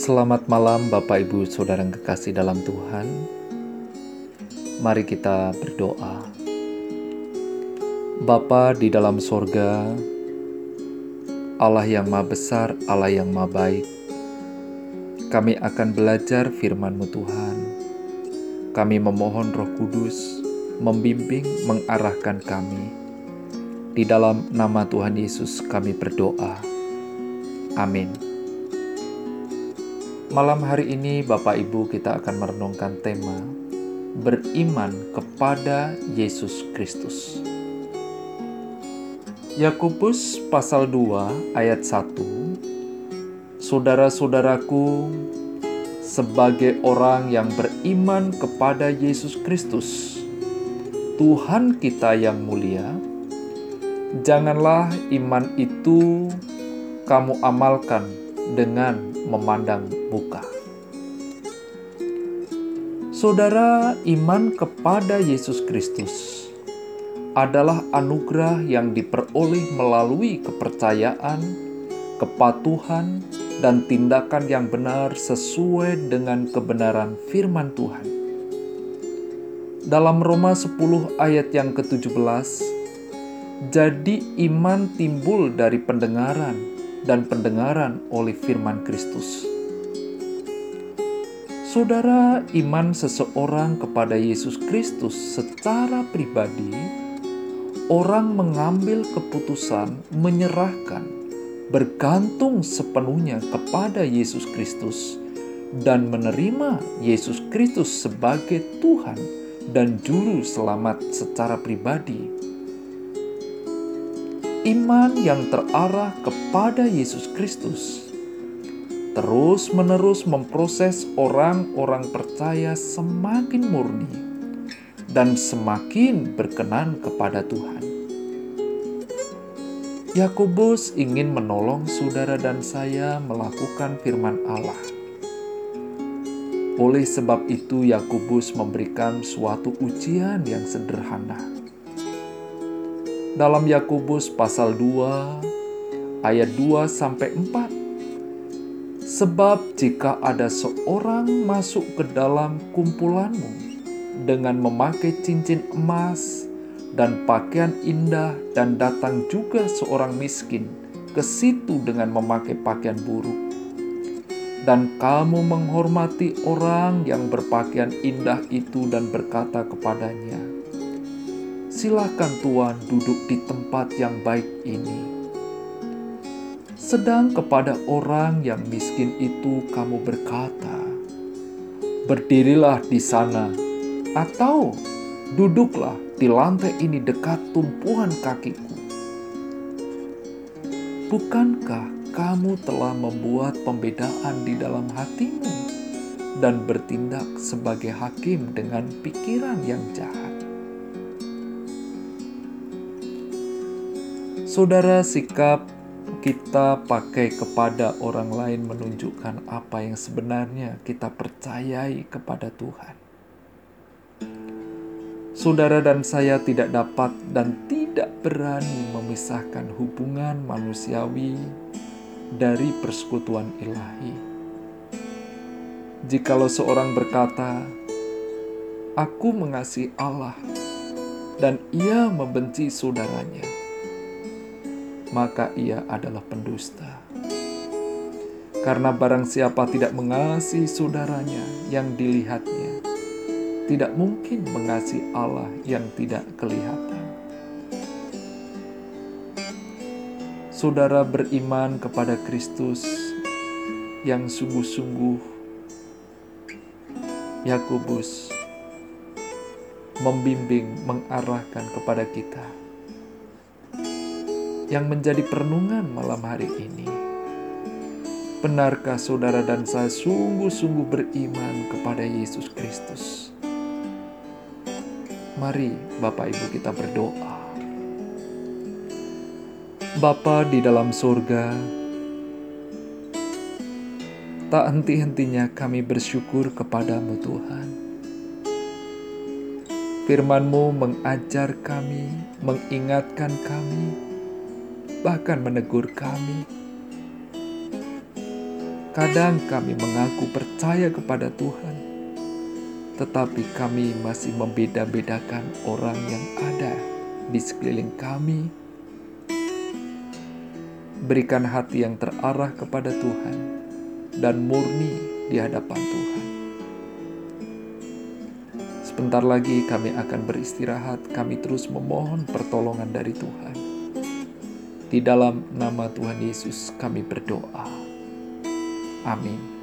Selamat malam Bapak Ibu Saudara yang kekasih dalam Tuhan. Mari kita berdoa. Bapa di dalam sorga, Allah yang maha besar, Allah yang maha baik, kami akan belajar firman-Mu Tuhan. Kami memohon Roh Kudus membimbing, mengarahkan kami. Di dalam nama Tuhan Yesus kami berdoa. Amin. Malam hari ini Bapak Ibu kita akan merenungkan tema beriman kepada Yesus Kristus. Yakobus pasal 2 ayat 1. Saudara-saudaraku, sebagai orang yang beriman kepada Yesus Kristus, Tuhan kita yang mulia, janganlah iman itu kamu amalkan dengan memandang muka. Saudara, iman kepada Yesus Kristus adalah anugerah yang diperoleh melalui kepercayaan, kepatuhan, dan tindakan yang benar sesuai dengan kebenaran firman Tuhan. Dalam Roma 10 ayat yang ke-17, jadi iman timbul dari pendengaran, dan pendengaran oleh firman Kristus. Saudara, iman seseorang kepada Yesus Kristus secara pribadi, orang mengambil keputusan menyerahkan, bergantung sepenuhnya kepada Yesus Kristus, dan menerima Yesus Kristus sebagai Tuhan dan Juru Selamat secara pribadi. Iman yang terarah kepada Yesus Kristus terus-menerus memproses orang-orang percaya semakin murni dan semakin berkenan kepada Tuhan. Yakobus ingin menolong saudara dan saya melakukan firman Allah. Oleh sebab itu, Yakobus memberikan suatu ujian yang sederhana. Dalam Yakobus pasal 2 ayat 2-4. Sebab jika ada seorang masuk ke dalam kumpulanmu dengan memakai cincin emas dan pakaian indah, dan datang juga seorang miskin ke situ dengan memakai pakaian buruk, dan kamu menghormati orang yang berpakaian indah itu dan berkata kepadanya, "Silakan Tuan duduk di tempat yang baik ini." Sedang kepada orang yang miskin itu kamu berkata, "Berdirilah di sana," atau "Duduklah di lantai ini dekat tumpuan kakiku." Bukankah kamu telah membuat pembedaan di dalam hatimu dan bertindak sebagai hakim dengan pikiran yang jahat? Saudara, sikap kita pakai kepada orang lain menunjukkan apa yang sebenarnya kita percayai kepada Tuhan. Saudara dan saya tidak dapat dan tidak berani memisahkan hubungan manusiawi dari persekutuan ilahi. Jikalau seorang berkata, "Aku mengasihi Allah," dan ia membenci saudaranya, maka ia adalah pendusta. Karena barang siapa tidak mengasihi saudaranya yang dilihatnya, tidak mungkin mengasihi Allah yang tidak kelihatan. Saudara beriman kepada Kristus yang sungguh-sungguh, Yakobus membimbing, mengarahkan kepada kita. Yang menjadi perenungan malam hari ini, benarkah saudara dan saya sungguh-sungguh beriman kepada Yesus Kristus? Mari Bapak Ibu kita berdoa. Bapa di dalam surga, tak henti-hentinya kami bersyukur kepadamu Tuhan. Firman-Mu mengajar kami, mengingatkan kami, bahkan menegur kami. Kadang kami mengaku percaya kepada Tuhan, tetapi kami masih membeda-bedakan orang yang ada di sekeliling kami. Berikan hati yang terarah kepada Tuhan dan murni di hadapan Tuhan. Sebentar lagi kami akan beristirahat. Kami terus memohon pertolongan dari Tuhan. Di dalam nama Tuhan Yesus kami berdoa. Amin.